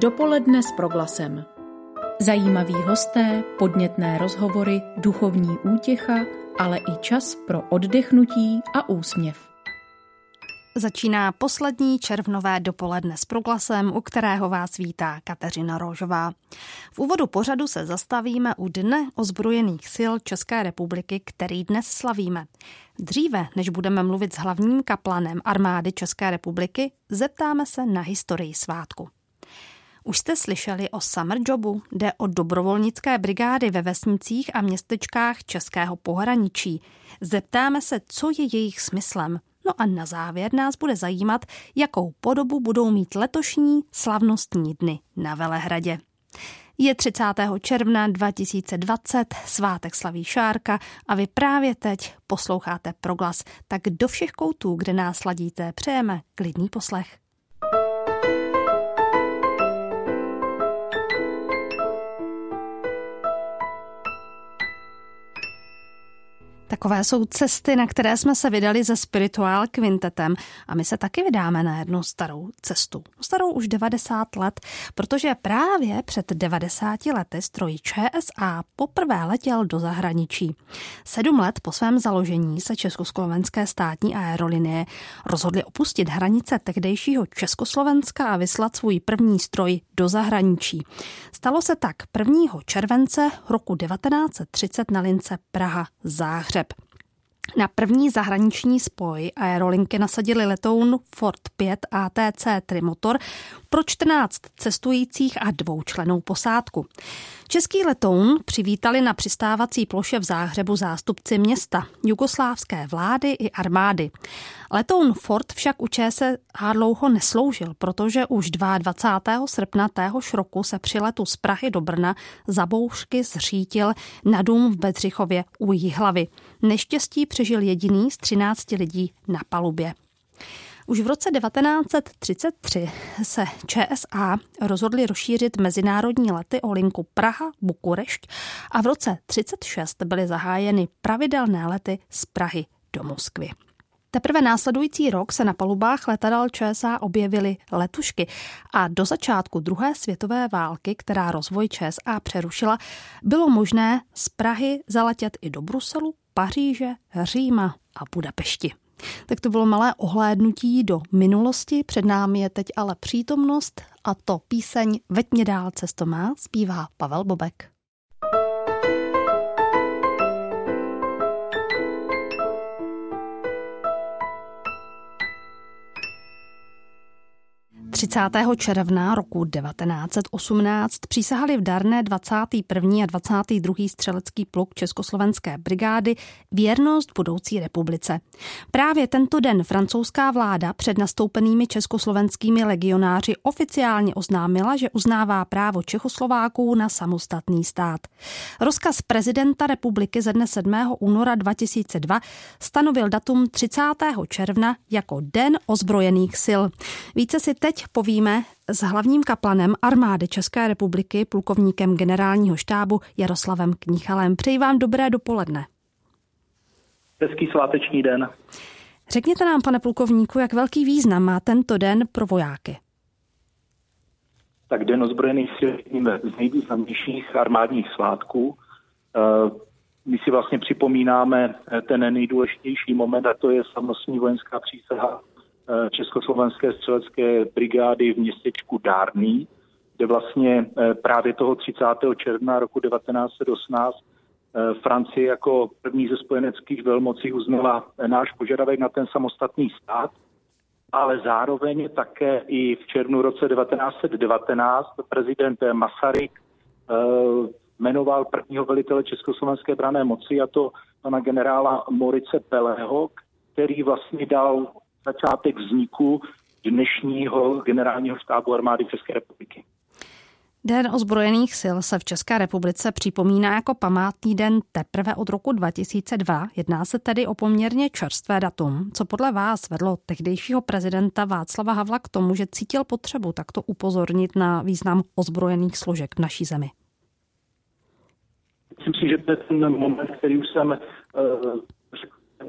Dopoledne s Proglasem. Zajímaví hosté, podnětné rozhovory, duchovní útěcha, ale i čas pro oddechnutí a úsměv. Začíná poslední červnové dopoledne s Proglasem, u kterého vás vítá Kateřina Rožová. V úvodu pořadu se zastavíme u Dne ozbrojených sil České republiky, který dnes slavíme. Dříve, než budeme mluvit s hlavním kaplanem armády České republiky, zeptáme se na historii svátku. Už jste slyšeli o Summer Jobu? Jde o dobrovolnické brigády ve vesnicích a městečkách českého pohraničí. Zeptáme se, co je jejich smyslem. No a na závěr nás bude zajímat, jakou podobu budou mít letošní slavnostní dny na Velehradě. Je 30. června 2020, svátek slaví Šárka a vy právě teď posloucháte Proglas. Tak do všech koutů, kde nás ladíte, přejeme klidný poslech. Takové jsou cesty, na které jsme se vydali se Spirituál Quintetem a my se taky vydáme na jednu starou cestu. Starou už 90 let, protože právě před 90 lety stroj ČSA poprvé letěl do zahraničí. 7 let po svém založení se Československé státní aerolinie rozhodly opustit hranice tehdejšího Československa a vyslat svůj první stroj do zahraničí. Stalo se tak 1. července roku 1930 na lince Praha-Záhřeb. Na první zahraniční spoj aerolinky nasadili letoun Ford 5 ATC trimotor pro 14 cestujících a 2člennou posádku. Český letoun přivítali na přistávací ploše v Záhřebu zástupci města, jugoslávské vlády i armády. Letoun Ford však u ČSA dlouho nesloužil, protože už 22. srpna téhož roku se při letu z Prahy do Brna za bouřky zřítil na dům v Bedřichově u Jihlavy. Neštěstí přežil jediný z 13 lidí na palubě. Už v roce 1933 se ČSA rozhodli rozšířit mezinárodní lety o linku Praha-Bukurešť a v roce 1936 byly zahájeny pravidelné lety z Prahy do Moskvy. Teprve následující rok se na palubách letadel ČSA objevily letušky a do začátku druhé světové války, která rozvoj ČSA přerušila, bylo možné z Prahy zaletět i do Bruselu, Paříže, Říma a Budapešti. Tak to bylo malé ohlédnutí do minulosti, před námi je teď ale přítomnost a to píseň Veď mě dál cesto má, zpívá Pavel Bobek. ...30. června roku 1918 přísahali v Darné 21. a 22. střelecký pluk Československé brigády věrnost budoucí republice. Právě tento den francouzská vláda před nastoupenými československými legionáři oficiálně oznámila, že uznává právo Čechoslováků na samostatný stát. Rozkaz prezidenta republiky ze dne 7. února 2002 stanovil datum 30. června jako Den ozbrojených sil. Více si teď povíme s hlavním kaplanem armády České republiky, plukovníkem generálního štábu Jaroslavem Kníchalem. Přeji vám dobré dopoledne. Hezký sváteční den. Řekněte nám, pane plukovníku, jak velký význam má tento den pro vojáky? Tak Den ozbrojených sil je jedním z nejvýznamnějších armádních svátků. My si vlastně připomínáme ten nejdůležitější moment, a to je slavnostní vojenská přísaha Československé střelecké brigády v městečku Dárný, kde vlastně právě toho 30. června roku 1918 Francie jako první ze spojeneckých velmocí uznala náš požadavek na ten samostatný stát, ale zároveň také i v červnu roce 1919 prezident Masaryk jmenoval prvního velitele československé branné moci, a to pana generála Moritze Pelého, který vlastně dal začátek vzniku dnešního generálního štábu armády České republiky. Den ozbrojených sil se v České republice připomíná jako památný den teprve od roku 2002. Jedná se tedy o poměrně čerstvé datum. Co podle vás vedlo tehdejšího prezidenta Václava Havla k tomu, že cítil potřebu takto upozornit na význam ozbrojených složek v naší zemi? Myslím si, že to je ten moment, který už jsem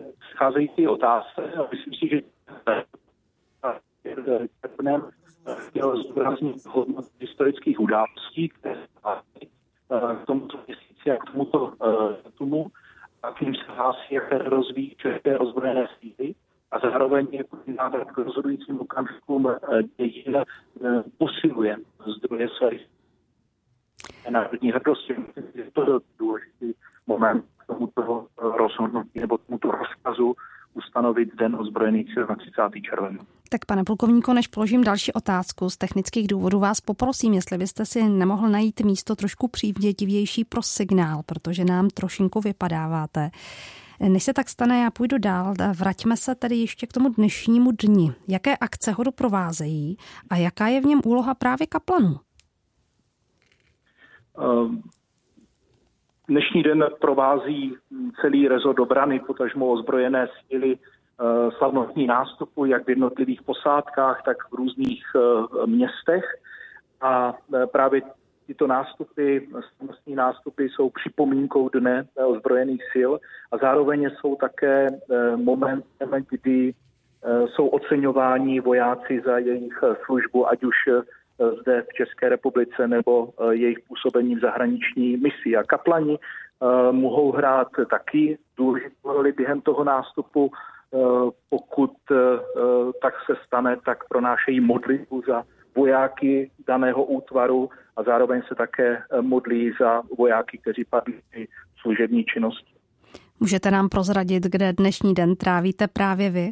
scházející otázce. Myslím si, že chtěl zdůraznit hodnotu historických událostí, které k tomuto měsíci a k tomuto datumu, a k ním se hlásí, jak rozvíjí české ozbrojené síly a zároveň návrat k rozhodujícím okamžikům dějin posiluje zdroje své národní hrdosti. Je to důležitý moment k tomuto rozhodnutí nebo tomuto rozkazu ustanovit Den ozbrojených sil na 30. červen. Tak pane plukovníku, než položím další otázku, z technických důvodů vás poprosím, jestli byste si nemohl najít místo trošku přívětivější pro signál, protože nám trošinku vypadáváte. Než se tak stane, já půjdu dál. Vraťme se tedy ještě k tomu dnešnímu dni. Jaké akce ho doprovázejí a jaká je v něm úloha právě kaplanů? Dnešní den provází celý rezort obrany, potažmo ozbrojené síly, slavnostní nástupu, jak v jednotlivých posádkách, tak v různých městech. A právě tyto nástupy, slavnostní nástupy jsou připomínkou Dne ozbrojených sil a zároveň jsou také momentem, kdy jsou oceňováni vojáci za jejich službu, ať už zde v České republice nebo jejich působení v zahraniční misi. A kaplani mohou hrát taky důležitou roli během toho nástupu. Pokud tak se stane, tak pronášejí modlitbu za vojáky daného útvaru a zároveň se také modlí za vojáky, kteří padli při služební činnosti. Můžete nám prozradit, kde dnešní den trávíte právě vy?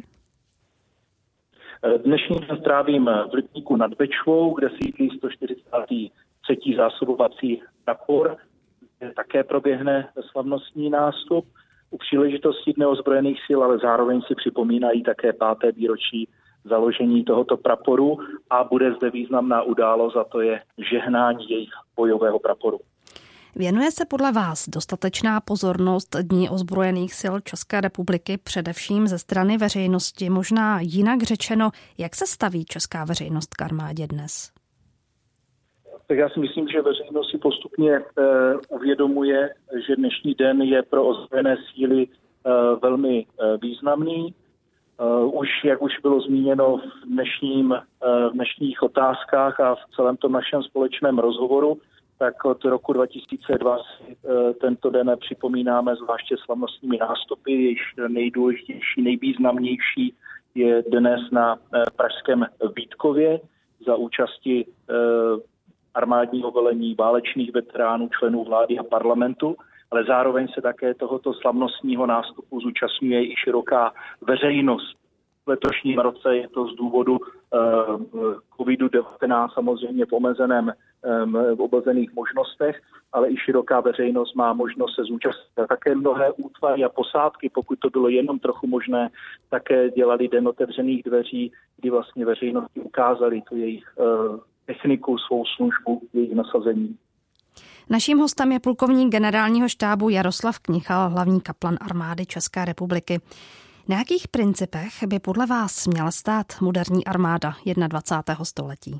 Dnešní den trávím v Lipníku nad Bečvou, kde sídlí 143. zásobovací prapor, kde také proběhne slavnostní nástup u příležitosti Dne ozbrojených sil, ale zároveň si připomínají také 5. výročí založení tohoto praporu a bude zde významná událost, a to je žehnání jejich bojového praporu. Věnuje se podle vás dostatečná pozornost Dni ozbrojených sil České republiky především ze strany veřejnosti? Možná jinak řečeno, jak se staví česká veřejnost k armádě dnes? Tak já si myslím, že veřejnost si postupně uvědomuje, že dnešní den je pro ozbrojené síly velmi významný. Jak už bylo zmíněno v dnešních otázkách a v celém tom našem společném rozhovoru, tak od roku 2002 tento den připomínáme zvláště slavnostními nástupy. Jejichž nejdůležitější, nejvýznamnější je dnes na pražském Vítkově za účasti armádního velení, válečných veteránů, členů vlády a parlamentu, ale zároveň se také tohoto slavnostního nástupu zúčastňuje i široká veřejnost. V letošním roce je to z důvodu COVID-19 samozřejmě v omezených možnostech, ale i široká veřejnost má možnost se zúčastnit. Také mnohé útvary a posádky, pokud to bylo jenom trochu možné, také dělali den otevřených dveří, kdy vlastně veřejnosti ukázali tu jejich techniku, svou službu, jejich nasazení. Naším hostem je plukovník generálního štábu Jaroslav Knichal, hlavní kaplan armády České republiky. Na jakých principech by podle vás měla stát moderní armáda 21. století?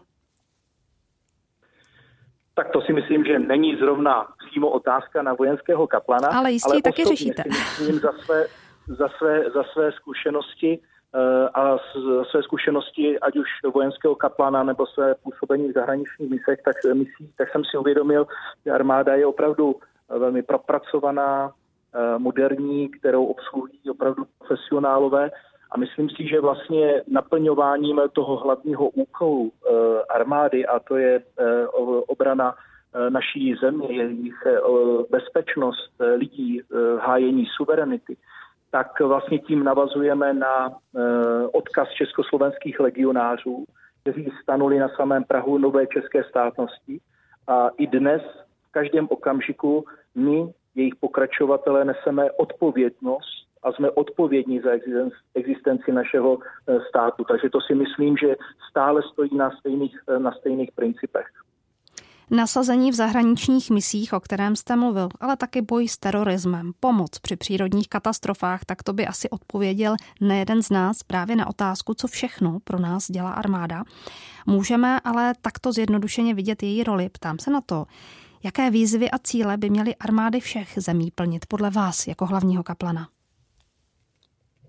Tak to si myslím, že není zrovna přímo otázka na vojenského kaplana. Ale jistě taky řešíte. Myslím za své zkušenosti a své zkušenosti, ať už vojenského kaplana nebo své působení v zahraničních misích, tak jsem si uvědomil, že armáda je opravdu velmi propracovaná, moderní, kterou obsluhují opravdu profesionálové. A myslím si, že vlastně naplňováním toho hlavního úkolu armády, a to je obrana naší země, jejich bezpečnost lidí, hájení suverenity, tak vlastně tím navazujeme na odkaz československých legionářů, kteří stanuli na samém prahu nové české státnosti. A i dnes v každém okamžiku my, jejich pokračovatelé, neseme odpovědnost a jsme odpovědní za existenci našeho státu. Takže to si myslím, že stále stojí na stejných principech. Nasazení v zahraničních misích, o kterém jste mluvil, ale taky boj s terorismem, pomoc při přírodních katastrofách, tak to by asi odpověděl nejeden z nás právě na otázku, co všechno pro nás dělá armáda. Můžeme ale takto zjednodušeně vidět její roli. Ptám se na to, jaké výzvy a cíle by měly armády všech zemí plnit podle vás jako hlavního kaplana?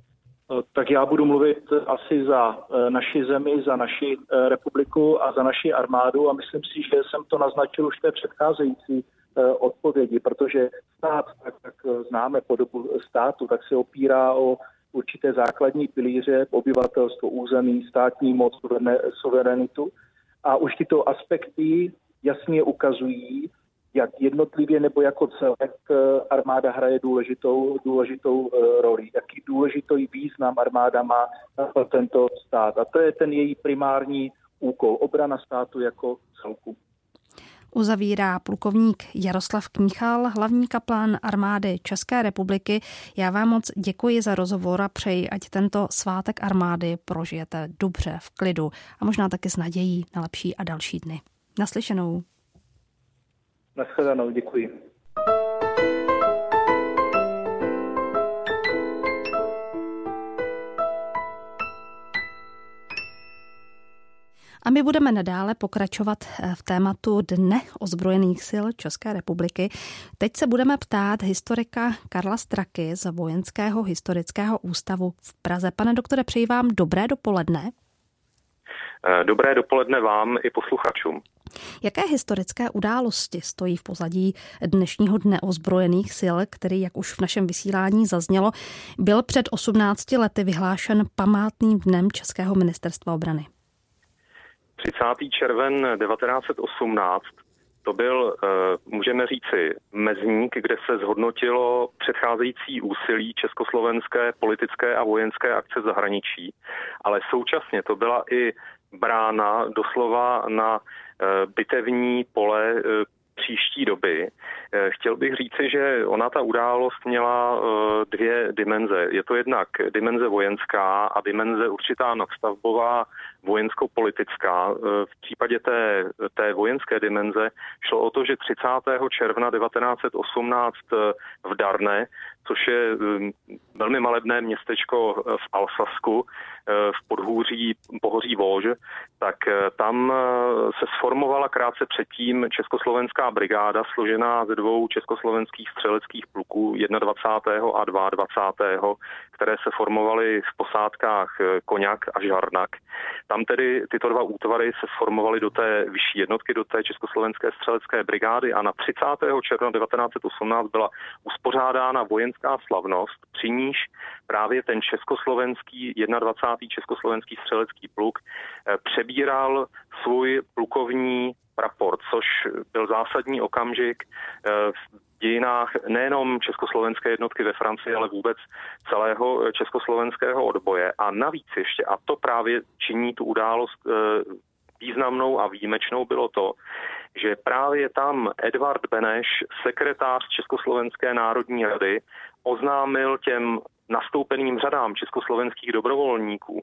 Tak já budu mluvit asi za naši zemi, za naši republiku a za naši armádu a myslím si, že jsem to naznačil už v té předcházející odpovědi, protože stát, tak známe podobu státu, tak se opírá o určité základní pilíře, obyvatelstvo, území, státní moc, suverenitu a už tyto aspekty jasně ukazují, jak jednotlivě nebo jako celek armáda hraje důležitou roli, jaký důležitý význam armáda má pro tento stát. A to je ten její primární úkol, obrana státu jako celku. Uzavírá plukovník Jaroslav Kníchal, hlavní kaplan armády České republiky. Já vám moc děkuji za rozhovor a přeji, ať tento svátek armády prožijete dobře, v klidu a možná taky s nadějí na lepší a další dny. Naslyšenou. Nashledanou, děkuji. A my budeme nadále pokračovat v tématu Dne ozbrojených sil České republiky. Teď se budeme ptát historika Karla Straky z Vojenského historického ústavu v Praze. Pane doktore, přeji vám dobré dopoledne. Dobré dopoledne vám i posluchačům. Jaké historické události stojí v pozadí dnešního Dne ozbrojených sil, který, jak už v našem vysílání zaznělo, byl před 18 lety vyhlášen památným dnem Českého ministerstva obrany? 30. červen 1918 to byl, můžeme říci, mezník, kde se zhodnotilo předcházející úsilí československé politické a vojenské akce v zahraničí, ale současně to byla i brána doslova na bitevní pole příští doby. Chtěl bych říci, že ona ta událost měla dvě dimenze. Je to jednak dimenze vojenská a dimenze určitá nadstavbová vojensko-politická. V případě té vojenské dimenze šlo o to, že 30. června 1918 v Darne, což je velmi malebné městečko v Alsasku, v pohoří Vosges, tak tam se sformovala krátce předtím československá brigáda složená ze dvou československých střeleckých pluků 21. a 22., které se formovaly v posádkách Koňak a Žarnak. Tam tedy tyto dva útvary se sformovaly do té vyšší jednotky, do té československé střelecké brigády a na 30. června 1918 byla uspořádána vojenská slavnost, při níž právě ten československý 21. československý střelecký pluk přebíral svůj plukovní prapor, což byl zásadní okamžik v dějinách nejenom československé jednotky ve Francii, ale vůbec celého československého odboje. A navíc ještě, a to právě činí tu událost významnou a výjimečnou, bylo to, že právě tam Edvard Beneš, sekretář Československé národní rady, oznámil těm nastoupeným řadám československých dobrovolníků,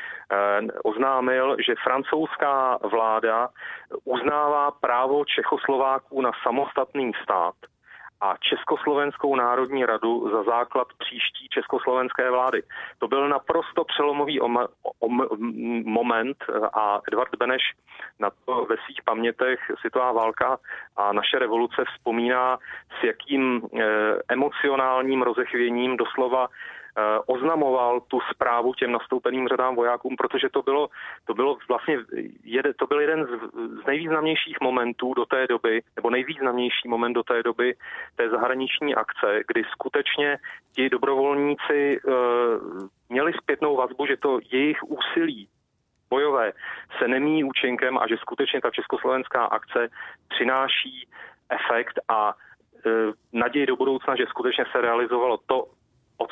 oznámil, že francouzská vláda uznává právo Čechoslováků na samostatný stát a Československou národní radu za základ příští československé vlády. To byl naprosto přelomový moment a Edvard Beneš na to ve svých pamětech Světová válka a naše revoluce vzpomíná, s jakým emocionálním rozechvěním doslova oznamoval tu zprávu těm nastoupeným řadám vojákům, protože to byl jeden z nejvýznamnějších momentů do té doby, nebo nejvýznamnější moment do té doby té zahraniční akce, kdy skutečně ti dobrovolníci měli zpětnou vazbu, že to jejich úsilí bojové se nemíjí účinkem a že skutečně ta československá akce přináší efekt a naději do budoucna, že skutečně se realizovalo to, o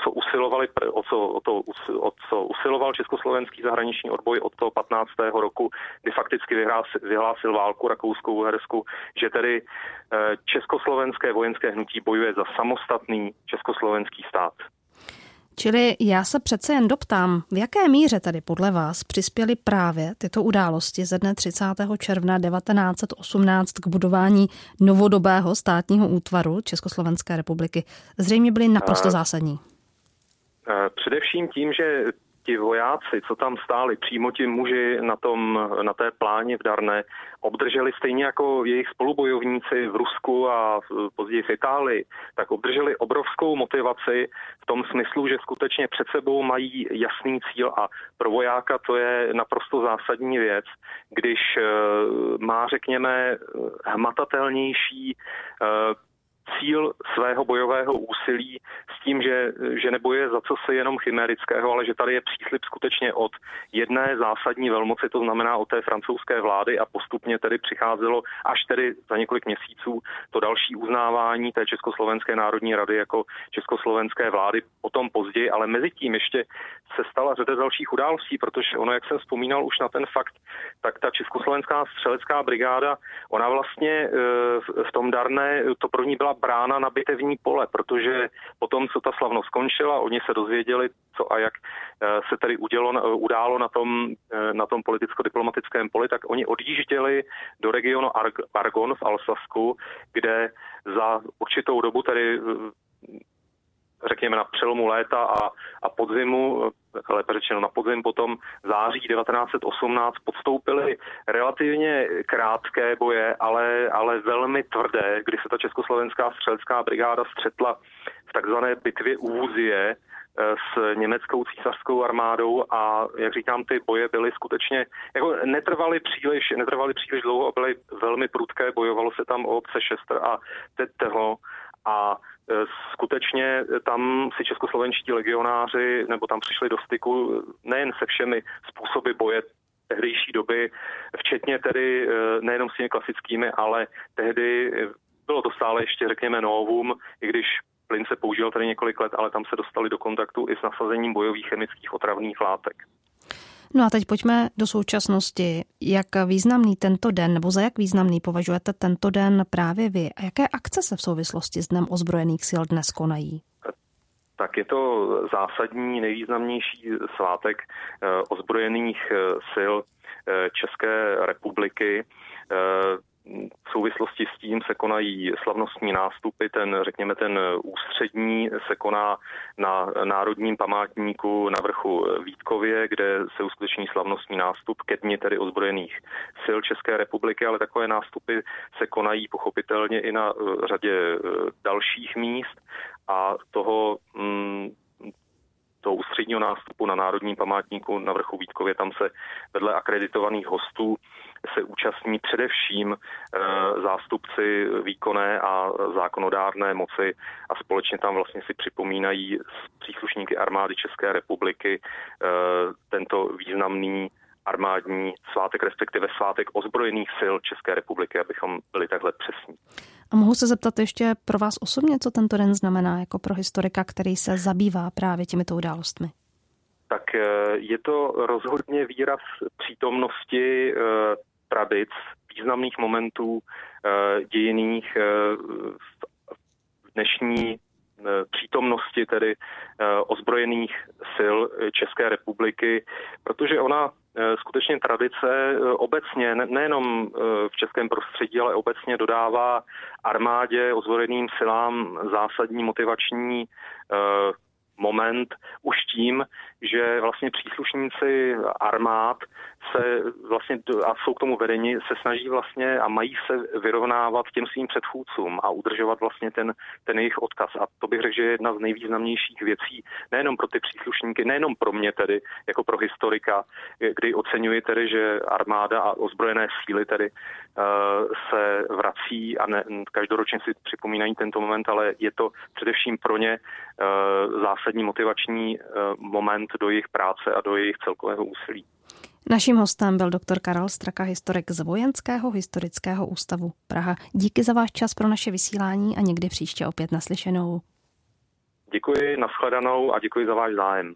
co usiloval československý zahraniční odboj od toho 15. roku, kdy fakticky vyhlásil válku Rakouskou-Uhersku, že tedy československé vojenské hnutí bojuje za samostatný československý stát. Čili já se přece jen doptám, v jaké míře tady podle vás přispěly právě tyto události ze dne 30. června 1918 k budování novodobého státního útvaru Československé republiky? Zřejmě byly naprosto zásadní. Především tím, že ti vojáci, co tam stáli, přímo ti muži na té pláni v Darné, obdrželi stejně jako jejich spolubojovníci v Rusku a později v Itálii, tak obdrželi obrovskou motivaci v tom smyslu, že skutečně před sebou mají jasný cíl a pro vojáka to je naprosto zásadní věc, když má, řekněme, hmatatelnější cíl svého bojového úsilí s tím, že nebojuje za cosi jenom chimérického, ale že tady je příslib skutečně od jedné zásadní velmoci, to znamená od té francouzské vlády a postupně tedy přicházelo až tedy za několik měsíců to další uznávání té Československé národní rady jako československé vlády, potom později, ale mezi tím ještě se stala řada dalších událostí, protože ono, jak jsem vzpomínal už na ten fakt, tak ta Československá střelecká brigáda, ona vlastně v tom Darné, to pro ní byla brána na bitevní pole, protože potom, co ta slavnost skončila, oni se dozvěděli, co a jak se tady událo na tom politicko-diplomatickém poli, tak oni odjížděli do regionu Argonne v Alsasku, kde za určitou dobu tedy řekněme na přelomu léta a podzimu, lépe řečeno na podzim potom září 1918 podstoupili relativně krátké boje, ale velmi tvrdé, kdy se ta Československá střelecká brigáda střetla v takzvané bitvě u Vůzie s německou císařskou armádou a, jak říkám, ty boje byly skutečně, jako netrvaly příliš dlouho a byly velmi prudké, bojovalo se tam o obce Šestr a Teteho a skutečně tam si českoslovenští legionáři, nebo tam přišli do styku nejen se všemi způsoby boje tehdejší doby, včetně tedy nejenom s těmi klasickými, ale tehdy bylo to stále ještě, řekněme, novum, i když plyn se použil tady několik let, ale tam se dostali do kontaktu i s nasazením bojových chemických otravných látek. No a teď pojďme do současnosti. Jak významný tento den, nebo za jak významný považujete tento den právě vy? A jaké akce se v souvislosti s Dnem ozbrojených sil dnes konají? Tak je to zásadní, nejvýznamnější svátek ozbrojených sil České republiky. V souvislosti s tím se konají slavnostní nástupy, ten ústřední se koná na Národním památníku na vrchu Vítkově, kde se uskuteční slavnostní nástup ke dni tedy ozbrojených sil České republiky, ale takové nástupy se konají pochopitelně i na řadě dalších míst a toho ústředního nástupu na Národním památníku na vrchu Vítkově, tam se vedle akreditovaných hostů se účastní především zástupci výkonné a zákonodárné moci a společně tam vlastně si připomínají příslušníky armády České republiky tento významný armádní svátek, respektive svátek ozbrojených sil České republiky, abychom byli takhle přesní. A mohu se zeptat ještě pro vás osobně, co tento den znamená jako pro historika, který se zabývá právě těmito událostmi? Tak je to rozhodně výraz přítomnosti tradic, významných momentů dějinných v dnešní přítomnosti tedy ozbrojených sil České republiky, protože ona skutečně tradice obecně, nejenom v českém prostředí, ale obecně dodává armádě, ozbrojeným silám zásadní motivační moment už tím, že vlastně příslušníci armád se vlastně, a jsou k tomu vedeni, se snaží vlastně a mají se vyrovnávat těm svým předchůdcům a udržovat vlastně ten jejich odkaz. A to bych řekl, že je jedna z nejvýznamnějších věcí, nejenom pro ty příslušníky, nejenom pro mě tedy, jako pro historika, kdy oceňuji tedy, že armáda a ozbrojené síly tedy se vrací a každoročně si připomínají tento moment, ale je to především pro ně zásadní motivační moment do jejich práce a do jejich celkového úsilí. Naším hostem byl doktor Karel Straka, historik z Vojenského historického ústavu Praha. Díky za váš čas pro naše vysílání a někdy příště opět naslyšenou. Děkuji, nashledanou a děkuji za váš zájem.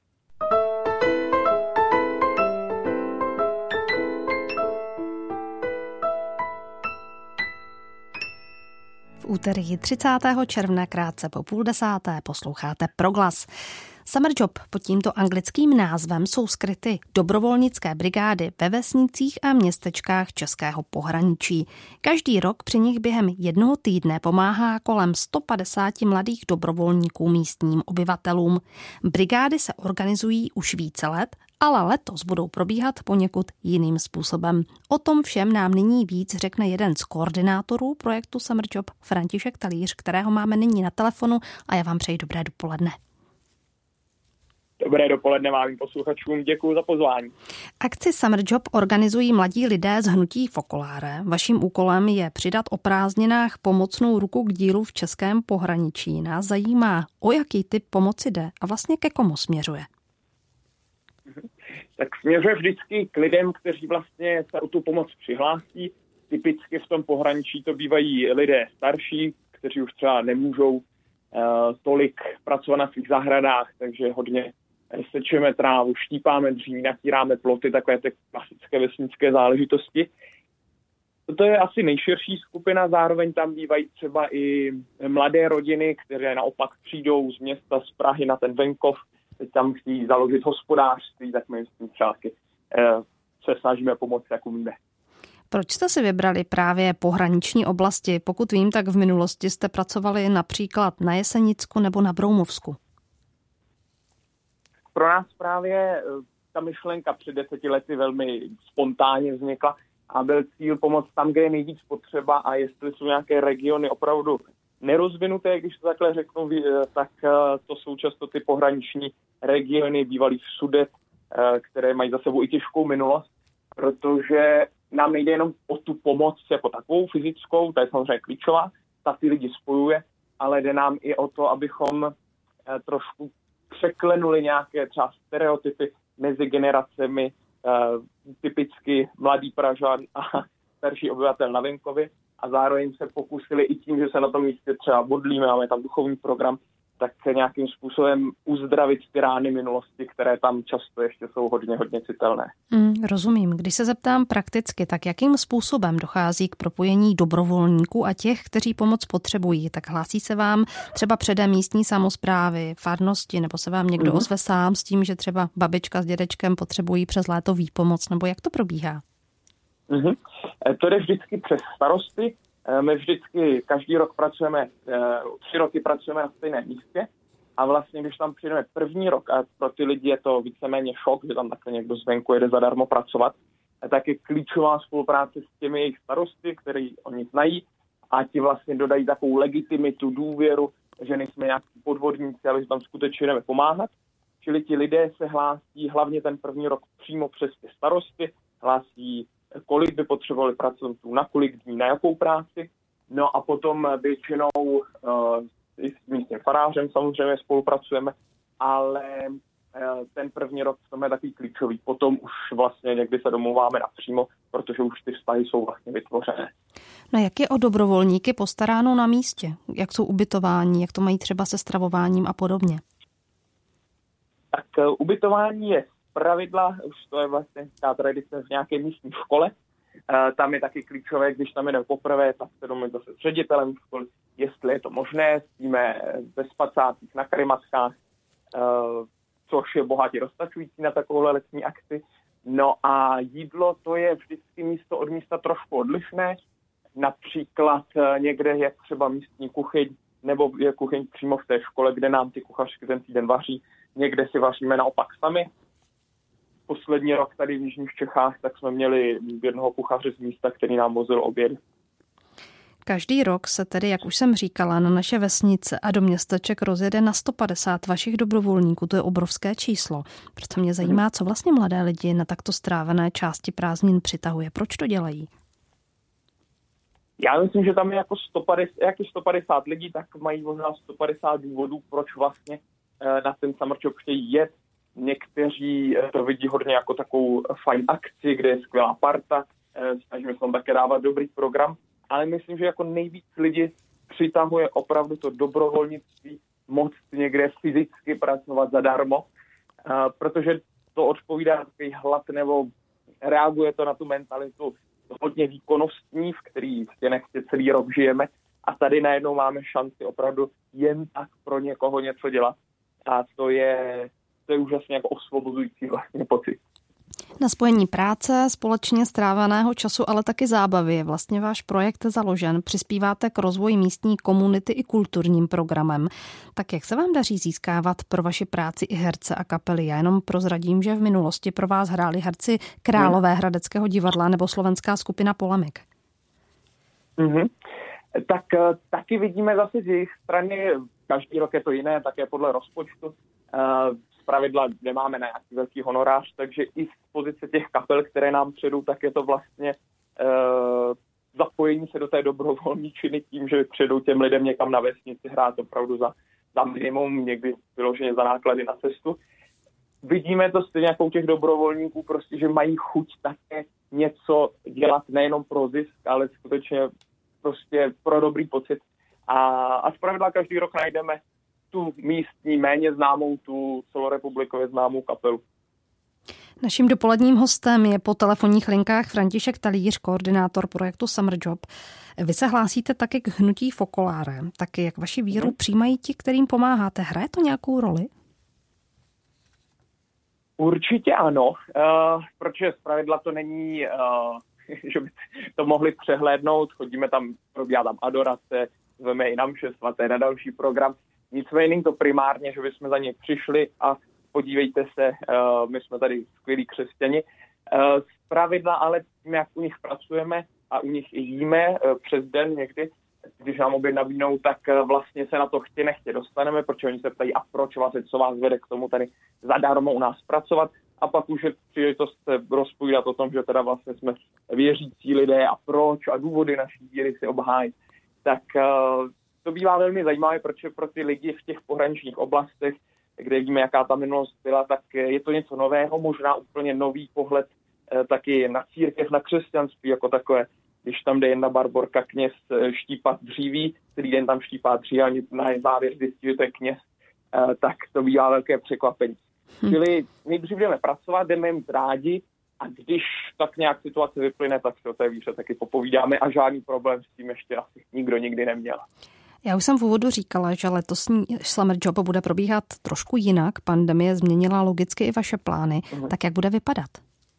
V úterý 30. června krátce po 9:30 posloucháte Proglas. Summer Job pod tímto anglickým názvem jsou skryty dobrovolnické brigády ve vesnicích a městečkách českého pohraničí. Každý rok při nich během jednoho týdne pomáhá kolem 150 mladých dobrovolníků místním obyvatelům. Brigády se organizují už více let, ale letos budou probíhat poněkud jiným způsobem. O tom všem nám nyní víc řekne jeden z koordinátorů projektu Summer Job, František Talíř, kterého máme nyní na telefonu, a já vám přeji dobré dopoledne. Dobré dopoledne vám posluchačům, děkuji za pozvání. Akci Summer Job organizují mladí lidé z hnutí Focolare. Vaším úkolem je přidat o prázdninách pomocnou ruku k dílu v českém pohraničí. Nás zajímá, o jaký typ pomoci jde a vlastně ke komu směřuje. Tak směřuje vždycky k lidem, kteří vlastně se o tu pomoc přihlásí. Typicky v tom pohraničí to bývají lidé starší, kteří už třeba nemůžou tolik pracovat na svých zahradách, takže hodně sečeme trávu, štípáme dříví, natíráme ploty, takové ty klasické vesnické záležitosti. To je asi nejširší skupina, zároveň tam bývají třeba i mladé rodiny, které naopak přijdou z města, z Prahy na ten venkov, teď tam chtějí založit hospodářství, tak my s tím třáky se snažíme pomoct, jak umíme. Proč jste si vybrali právě pohraniční oblasti? Pokud vím, tak v minulosti jste pracovali například na Jesenicku nebo na Broumovsku. Pro nás právě ta myšlenka před 10 lety velmi spontánně vznikla a byl cíl pomoct tam, kde je nejvíc potřeba, a jestli jsou nějaké regiony opravdu nerozvinuté, když to takhle řeknu, tak to jsou často ty pohraniční regiony, bývalý Sudet, které mají za sebou i těžkou minulost, protože nám nejde jenom o tu pomoc jako takovou fyzickou, ta je samozřejmě klíčová, ta ty lidi spojuje, ale jde nám i o to, abychom trošku překlenuli nějaké třeba stereotypy mezi generacemi, typicky mladý Pražan a starší obyvatel na venkově, a zároveň se pokusili i tím, že se na tom místě třeba modlíme, máme tam duchovní program, tak nějakým způsobem uzdravit ty rány minulosti, které tam často ještě jsou hodně citelné. Rozumím. Když se zeptám prakticky, tak jakým způsobem dochází k propojení dobrovolníků a těch, kteří pomoc potřebují? Tak hlásí se vám třeba předem místní samosprávy, farnosti, nebo se vám někdo ozve sám s tím, že třeba babička s dědečkem potřebují přes léto výpomoc, nebo jak to probíhá? To jde vždycky přes starosty. My vždycky každý rok pracujeme, 3 roky pracujeme na stejném místě, a vlastně když tam přijdeme první rok, a pro ty lidi je to víceméně šok, že tam takhle někdo zvenku jede zadarmo pracovat, tak je klíčová spolupráce s těmi jejich starosty, který oni znají, a ti vlastně dodají takovou legitimitu, důvěru, že nejsme nějaký podvodníci, ale že tam skutečně jdeme pomáhat. Čili ti lidé se hlásí hlavně ten první rok přímo přes ty starosty, hlásí, kolik by potřebovali pracovníků, na kolik dní, na jakou práci. No a potom většinou i s místním farářem samozřejmě spolupracujeme, ale ten první rok v tom je takový klíčový. Potom už vlastně někdy se domluváme napřímo, protože už ty vztahy jsou vlastně vytvořené. No jak je o dobrovolníky postaráno na místě? Jak jsou ubytováni, jak to mají třeba se stravováním a podobně? Tak ubytování je pravidla, už to je vlastně ta tradice v nějaké místní škole. Tam je taky klíčové, když tam jdeme poprvé, tak se domluvíme zase s ředitelem školy, jestli je to možné, spíme ve spacátích na karimatkách, což je bohatě dostačující na takovouhle letní akci. No a jídlo, to je vždycky místo od místa trošku odlišné. Například někde je třeba místní kuchyň, nebo je kuchyň přímo v té škole, kde nám ty kuchařky ten týden vaří. Někde si vaříme naopak sami. Poslední rok tady v jižních Čechách, tak jsme měli jednoho kuchaře z místa, který nám vozil oběd. Každý rok se tedy, jak už jsem říkala, na naše vesnice a do městeček rozjede na 150 vašich dobrovolníků. To je obrovské číslo. Proto mě zajímá, co vlastně mladé lidi na takto strávené části prázdnin přitahuje. Proč to dělají? Já myslím, že tam je jako 150 lidí, tak mají možná 150 důvodů, proč vlastně na ten Summer Job chtějí jet. Někteří to vidí hodně jako takovou fajn akci, kde je skvělá parta, snažíme se tam také dávat dobrý program, ale myslím, že jako nejvíc lidi přitahuje opravdu to dobrovolnictví, moc někde fyzicky pracovat zadarmo, protože to odpovídá takový hlad nebo reaguje to na tu mentalitu hodně výkonnostní, v který nechce celý rok žijeme, a tady najednou máme šanci opravdu jen tak pro někoho něco dělat. a to je úžasně jako osvobozující vlastně pocit. Na spojení práce, společně stráveného času, ale taky zábavy je vlastně váš projekt založen. Přispíváte k rozvoji místní komunity i kulturním programem. Tak jak se vám daří získávat pro vaši práci i herce a kapely? Já jenom prozradím, že v minulosti pro vás hráli herci Královéhradeckého divadla nebo slovenská skupina Polemik. Tak taky vidíme zase z jejich strany, každý rok je to jiné, také podle rozpočtu. Zpravidla nemáme na nějaký velký honorář, takže i z pozice těch kapel, které nám předou, tak je to vlastně zapojení se do té dobrovolní činy tím, že předou těm lidem někam na vesnici hrát opravdu za minimum, někdy vyloženě za náklady na cestu. Vidíme to stejně jako u těch dobrovolníků, prostě, že mají chuť také něco dělat nejenom pro zisk, ale skutečně prostě pro dobrý pocit. A zpravidla každý rok najdeme tu místní, méně známou, tu celorepublikově známou kapelu. Naším dopoledním hostem je po telefonních linkách František Talíř, koordinátor projektu Summer Job. Vy se hlásíte taky k hnutí Focolare. Taky jak vaši víru přijímají ti, kterým pomáháte? Hraje to nějakou roli? Určitě ano, protože zpravidla to není, že by to mohli přehlédnout. Chodíme tam, probíhá tam adorace, zveme i na mše svaté, na další program. Nicméně není to primárně, že bychom za ně přišli a podívejte se, my jsme tady skvělí křesťani. Zpravidla ale tím, jak u nich pracujeme a u nich i jíme přes den někdy, když nám oběd nabídnou, tak vlastně se na to nechtě dostaneme, protože oni se ptají, a proč vlastně, co vás vede k tomu tady zadarmo u nás pracovat. A pak už je příležitost se rozpovídat o tom, že teda vlastně jsme věřící lidé a proč a důvody naší víry si obhájit. Tak to bývá velmi zajímavé, protože pro ty lidi v těch pohraničních oblastech, kde víme, jaká ta minulost byla, tak je to něco nového, možná úplně nový pohled taky na církev, na křesťanství jako takové. Když tam jde jedna barborka kněz štípat dříví, celý den tam štípá dříví a na závěr zjistí, že to je kněz, tak to bývá velké překvapení. Čili nejdřív jdeme pracovat, jdeme jim rádi a když tak nějak situace vyplyne, tak se o té víře taky popovídáme a žádný problém s tím ještě asi nikdo nikdy neměl. Já už jsem v úvodu říkala, že letosní Summer Job bude probíhat trošku jinak. Pandemie změnila logicky i vaše plány. Tak jak bude vypadat?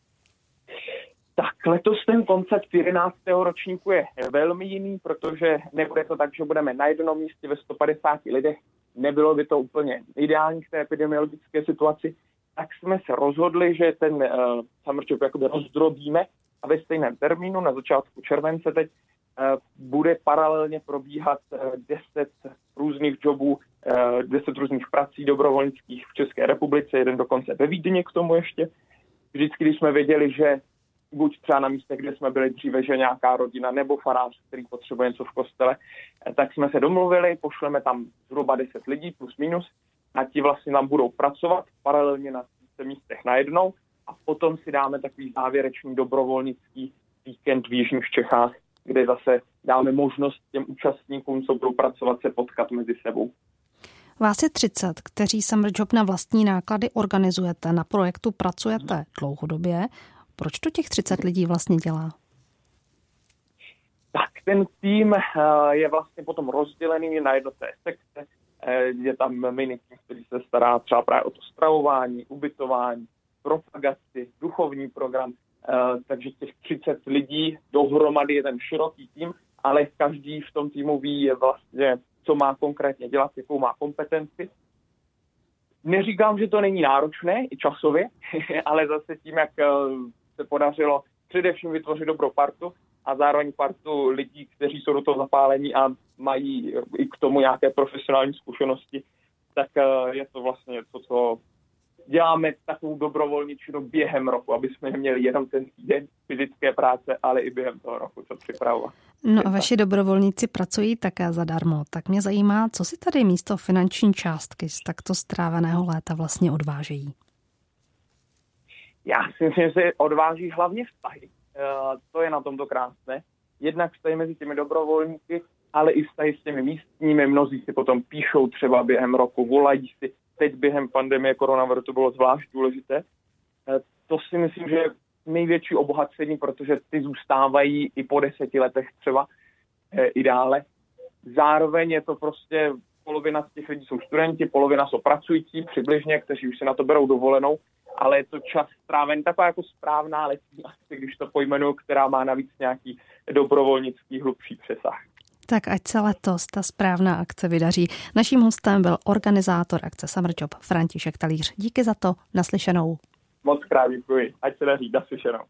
Tak letos ten koncept 11. ročníku je velmi jiný, protože nebude to tak, že budeme na jednom místě ve 150 lidech. Nebylo by to úplně ideální v té epidemiologické situaci. Tak jsme se rozhodli, že ten Summer Job jakoby rozdrobíme a ve stejném termínu na začátku července teď bude paralelně probíhat 10 různých jobů, 10 různých prací dobrovolnických v České republice, jeden dokonce ve Vídni k tomu ještě. Vždycky, když jsme věděli, že buď třeba na místech, kde jsme byli dříve, že nějaká rodina nebo farář, který potřebuje něco v kostele, tak jsme se domluvili, pošleme tam zhruba 10 lidí plus minus a ti vlastně nám budou pracovat paralelně na místech najednou a potom si dáme takový závěrečný dobrovolnický víkend v jižních Čechách, kde zase dáme možnost těm účastníkům, co budou pracovat, se potkat mezi sebou. Vás je 30, kteří Summer Job na vlastní náklady organizujete, na projektu pracujete dlouhodobě. Proč to těch 30 lidí vlastně dělá? Tak ten tým je vlastně potom rozdělený na jednotlivé sekce. Je tam mini tým, který se stará třeba právě o to stravování, ubytování, propagaci, duchovní program. Takže těch 30 lidí dohromady je ten široký tým, ale každý v tom týmu ví vlastně, co má konkrétně dělat, jakou má kompetenci. Neříkám, že to není náročné i časově, ale zase tím, jak se podařilo především vytvořit dobrou partu a zároveň partu lidí, kteří jsou do toho zapálení a mají i k tomu nějaké profesionální zkušenosti, tak je to vlastně něco, co děláme takovou dobrovolničinu během roku, aby jsme neměli jenom ten týden fyzické práce, ale i během toho roku to připravovat. No a vaši dobrovolníci pracují také zadarmo. Tak mě zajímá, co si tady místo finanční částky z takto stráveného léta vlastně odvážejí. Já si myslím, že se odváží hlavně vztahy. To je na tomto krásné. Jednak vztahy mezi těmi dobrovolníky, ale i vztahy s těmi místními. Mnozí si potom píšou třeba během roku, volají si. Teď během pandemie koronaviru to bylo zvlášť důležité. To si myslím, že je největší obohacení, protože ty zůstávají i po 10 letech třeba i dále. Zároveň je to prostě polovina z těch lidí jsou studenti, polovina jsou pracující přibližně, kteří už si na to berou dovolenou, ale je to čas strávený taková jako správná letní akce, když to pojmenuju, která má navíc nějaký dobrovolnický hlubší přesah. Tak ať se letos ta správná akce vydaří. Naším hostem byl organizátor akce Summer Job František Talíř. Díky za to, naslyšenou. Moc krát děkuji, ať se daří, naslyšenou.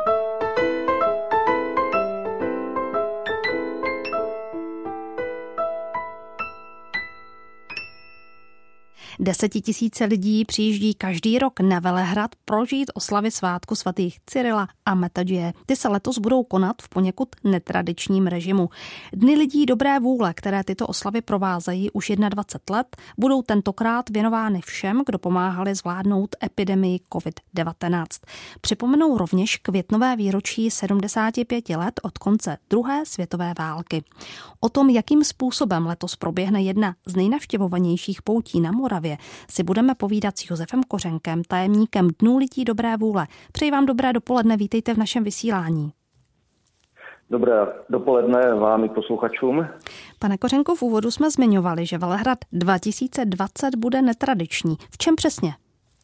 10 000 lidí přijíždí každý rok na Velehrad prožít oslavy svátku svatých Cyrila a Metoděje. Ty se letos budou konat v poněkud netradičním režimu. Dny lidí dobré vůle, které tyto oslavy provázejí už 21 let, budou tentokrát věnovány všem, kdo pomáhali zvládnout epidemii COVID-19. Připomenou rovněž květnové výročí 75 let od konce druhé světové války. O tom, jakým způsobem letos proběhne jedna z nejnavštěvovanějších poutí na Moravě, si budeme povídat s Josefem Kořenkem, tajemníkem Dnů lidí dobré vůle. Přeji vám dobré dopoledne, vítejte v našem vysílání. Dobré dopoledne vám i posluchačům. Pane Kořenku, v úvodu jsme zmiňovali, že Velehrad 2020 bude netradiční. V čem přesně?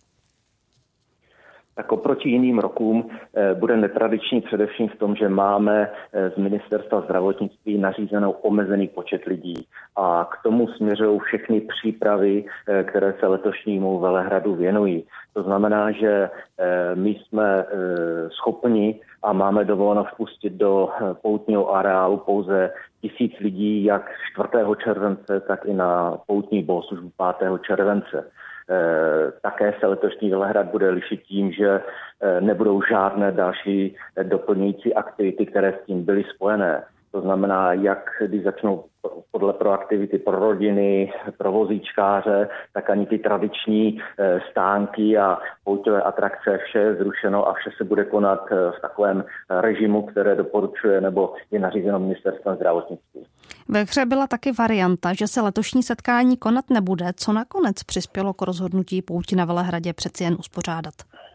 Tak oproti jiným rokům bude netradiční především v tom, že máme z Ministerstva zdravotnictví nařízenou omezený počet lidí. A k tomu směřují všechny přípravy, které se letošnímu Velehradu věnují. To znamená, že my jsme schopni a máme dovoleno vpustit do poutního areálu pouze 1000 lidí, jak 4. července, tak i na poutní bohoslužbu 5. července. Také se letošní Velehrad bude lišit tím, že nebudou žádné další doplňující aktivity, které s tím byly spojené. To znamená, jak když začnou podle proaktivity pro rodiny, pro vozíčkáře, tak ani ty tradiční stánky a poutové atrakce, vše je zrušeno a vše se bude konat v takovém režimu, které doporučuje nebo je nařízeno Ministerstvem zdravotnictví. Ve hře byla taky varianta, že se letošní setkání konat nebude. Co nakonec přispělo k rozhodnutí pouť na Velehradě přeci jen uspořádat?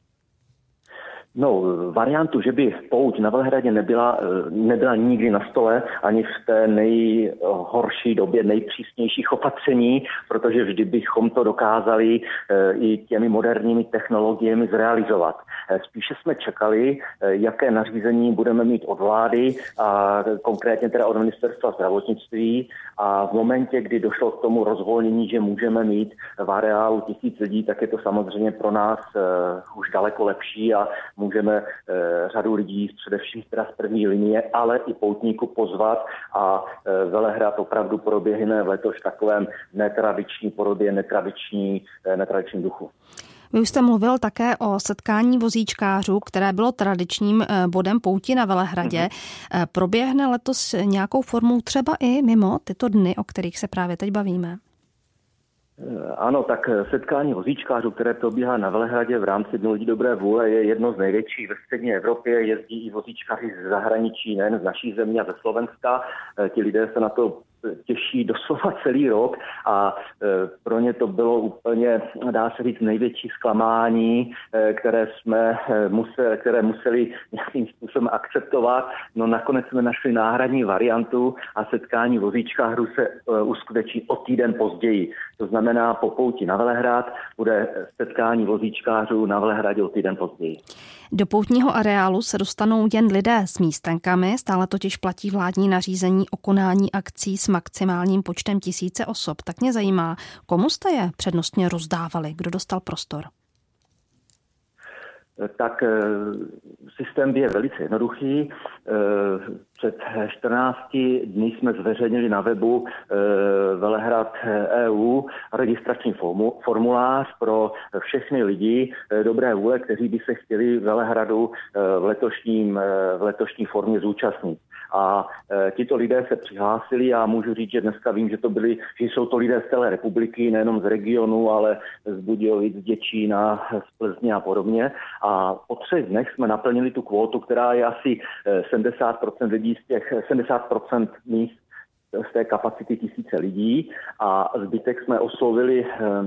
No, variantu, že by pouť na Velehradě nebyla nikdy na stole, ani v té nejhorší době nejpřísnějších opatření, protože vždy bychom to dokázali i těmi moderními technologiemi zrealizovat. Spíše jsme čekali, jaké nařízení budeme mít od vlády a konkrétně teda od Ministerstva zdravotnictví a v momentě, kdy došlo k tomu rozvolnění, že můžeme mít v areálu 1000 lidí, tak je to samozřejmě pro nás už daleko lepší a můžeme řadu lidí, především teda z první linie, ale i poutníků pozvat a Velehrad opravdu proběhne letos v takovém netradiční podobě, netradičním duchu. Vy už jste mluvil také o setkání vozíčkářů, které bylo tradičním bodem pouti na Velehradě. Proběhne letos nějakou formou třeba i mimo tyto dny, o kterých se právě teď bavíme? Ano, tak setkání vozíčkářů, které probíhá na Velehradě v rámci Dnů lidí dobré vůle, je jedno z největších ve střední Evropě. Jezdí i vozíčkáři z zahraničí, nejen z naší země a ze Slovenska. Ti lidé se na to těší doslova celý rok a pro ně to bylo úplně, dá se říct, největší zklamání, které museli nějakým způsobem akceptovat. No nakonec jsme našli náhradní variantu a setkání vozíčkářů se uskuteční o týden později. To znamená, po pouti na Velehrad bude setkání vozíčkářů na Velehradě o týden později. Do poutního areálu se dostanou jen lidé s místenkami, stále totiž platí vládní nařízení o konání akcí s maximálním počtem 1000 osob. Tak mě zajímá, komu jste je přednostně rozdávali, kdo dostal prostor? Tak systém je velice jednoduchý. Před 14 dny jsme zveřejnili na webu Velehrad EU registrační formulář pro všechny lidi dobré vůle, kteří by se chtěli Velehradu v letošní formě zúčastnit. A tito lidé se přihlásili a můžu říct, že dneska vím, že jsou to lidé z celé republiky, nejenom z regionu, ale z Budějovic, z Děčína, z Plzně a podobně. A po 3 dnech jsme naplnili tu kvótu, která je asi 70% lidí z těch 70% míst z té kapacity 1000 lidí a zbytek jsme oslovili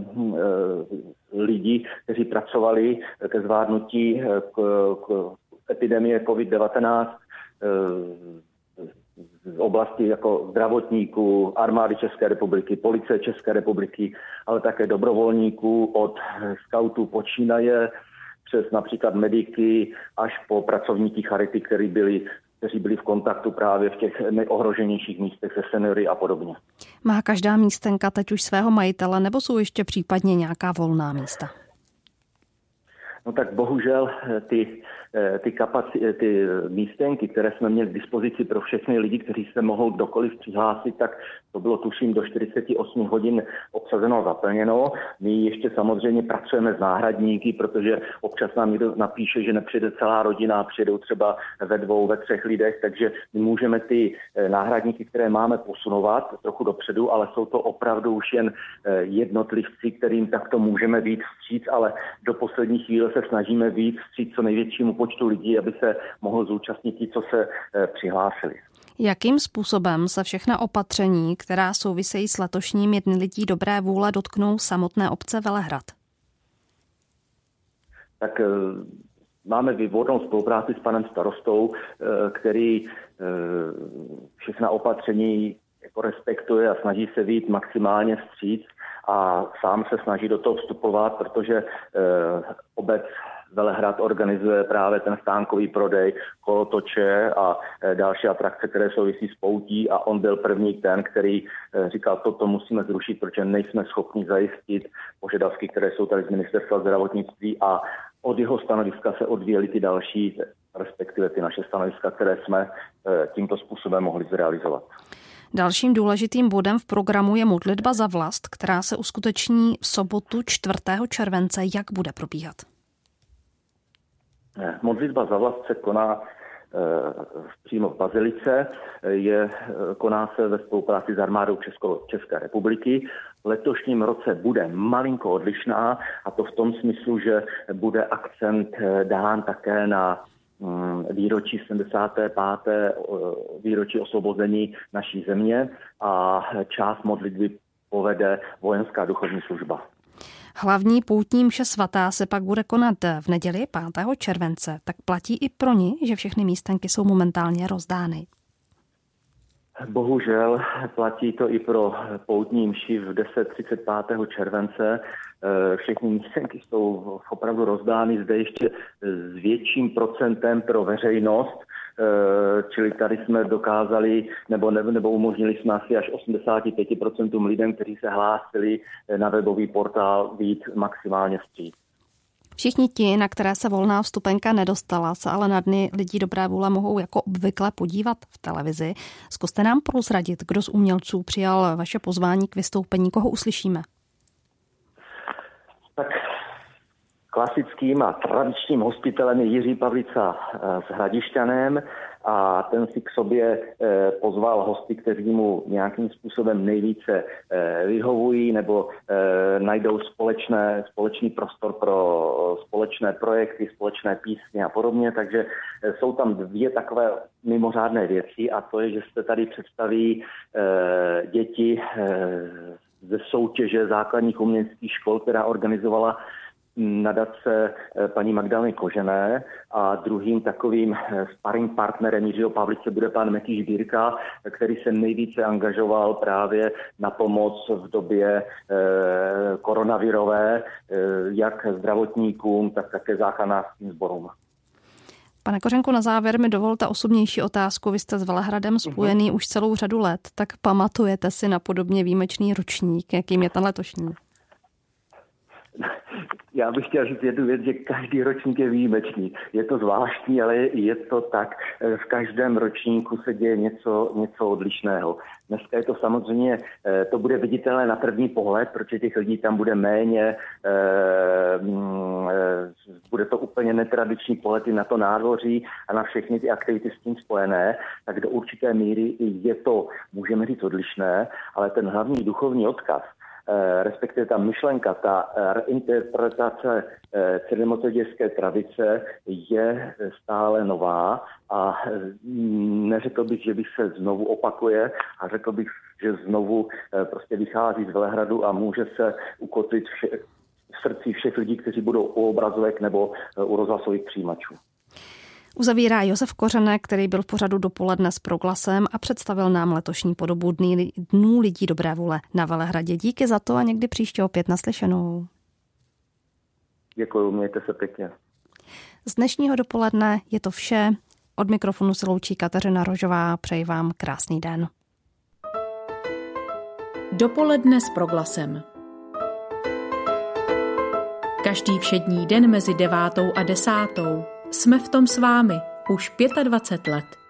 lidi, kteří pracovali ke zvládnutí k epidemie COVID-19 z oblasti jako zdravotníků, armády České republiky, policie České republiky, ale také dobrovolníků od skautů počínaje přes například mediky až po pracovníky charity, kteří byli v kontaktu právě v těch nejohroženějších místech se seniory a podobně. Má každá místenka teď už svého majitele, nebo jsou ještě případně nějaká volná místa? No tak bohužel ty místenky, které jsme měli k dispozici pro všechny lidi, kteří se mohou kdokoliv přihlásit, tak to bylo tuším do 48 hodin obsazeno a zaplněno. My ještě samozřejmě pracujeme s náhradníky, protože občas nám někdo napíše, že nepřijde celá rodina, přijedou třeba ve 2, ve 3 lidech, takže my můžeme ty náhradníky, které máme, posunovat trochu dopředu, ale jsou to opravdu už jen jednotlivci, kterým takto můžeme vyjít vstříc, ale do poslední chvíle se snažíme vyjít vstříc co největšímu počtu lidí, aby se mohl zúčastnit ti, co se přihlásili. Jakým způsobem se všechna opatření, která souvisejí s letošním Dny lidí dobré vůle, dotknou samotné obce Velehrad? Tak máme výbornou spolupráci s panem starostou, který všechna opatření jako respektuje a snaží se vyjít maximálně vstříc a sám se snaží do toho vstupovat, protože obec Velehrad organizuje právě ten stánkový prodej, kolotoče a další atrakce, které souvisí s poutí a on byl první ten, který říkal, toto musíme zrušit, protože nejsme schopni zajistit požadavky, které jsou tady z ministerstva zdravotnictví a od jeho stanoviska se odvíjely ty další, respektive ty naše stanoviska, které jsme tímto způsobem mohli zrealizovat. Dalším důležitým bodem v programu je modlitba za vlast, která se uskuteční v sobotu 4. července. Jak bude probíhat? Modlitba za vlast se koná přímo v Bazilice, koná se ve spolupráci s armádou České republiky. V letošním roce bude malinko odlišná a to v tom smyslu, že bude akcent dán také na výročí 75. výročí osvobození naší země a část modlitby povede vojenská duchovní služba. Hlavní poutní mše svatá se pak bude konat v neděli 5. července. Tak platí i pro ní, že všechny místenky jsou momentálně rozdány? Bohužel platí to i pro poutní mši v 10:35. července. Všechny místenky jsou opravdu rozdány zde ještě s větším procentem pro veřejnost, čili tady jsme dokázali nebo umožnili jsme asi až 85% lidem, kteří se hlásili na webový portál, být maximálně vstříc. Všichni ti, na které se volná vstupenka nedostala, se ale na Dny lidí dobré vůle mohou jako obvykle podívat v televizi. Zkuste nám prozradit, kdo z umělců přijal vaše pozvání k vystoupení, koho uslyšíme? Tak klasickým a tradičním hostitelem je Jiří Pavlica s Hradišťanem a ten si k sobě pozval hosty, kteří mu nějakým způsobem nejvíce vyhovují nebo najdou společný prostor pro společné projekty, společné písně a podobně, takže jsou tam 2 takové mimořádné věci a to je, že se tady představí děti ze soutěže základních uměleckých škol, která organizovala nadace paní Magdaleny Kožené a druhým takovým sparring partnerem Jiřího Pavlice bude pan Metýš Bírka, který se nejvíce angažoval právě na pomoc v době koronavirové, jak zdravotníkům, tak také záchranářským sborům. Pane Kořenku, na závěr mi dovolte osobnější otázku. Vy jste s Velehradem spojený už celou řadu let, tak pamatujete si na podobně výjimečný ročník, jakým je ten letošní? Já bych chtěl říct jednu věc, že každý ročník je výjimečný. Je to zvláštní, ale je to tak. V každém ročníku se děje něco odlišného. Dneska je to samozřejmě, to bude viditelné na první pohled, protože těch lidí tam bude méně, bude to úplně netradiční pohled i na to nádvoří a na všechny ty aktivity s tím spojené, tak do určité míry je to, můžeme říct, odlišné, ale ten hlavní duchovní odkaz, respektive ta myšlenka, ta reinterpretace celometodické tradice je stále nová a neřekl bych, že bych se znovu opakuje a řekl bych, že znovu prostě vychází z Velehradu a může se ukotvit v srdci všech lidí, kteří budou u obrazovek nebo u rozhlasových přijímačů. Uzavírá Josef Kořenek, který byl v pořadu Dopoledne s Proglasem a představil nám letošní podobu Dnů lidí dobré vůle na Velehradě. Díky za to a někdy příště opět naslyšenou. Děkuju, mějte se pěkně. Z dnešního dopoledne je to vše. Od mikrofonu se loučí Kateřina Rožová. Přeji vám krásný den. Dopoledne s Proglasem. Každý všední den mezi 9. a 10. Jsme v tom s vámi už 25 let.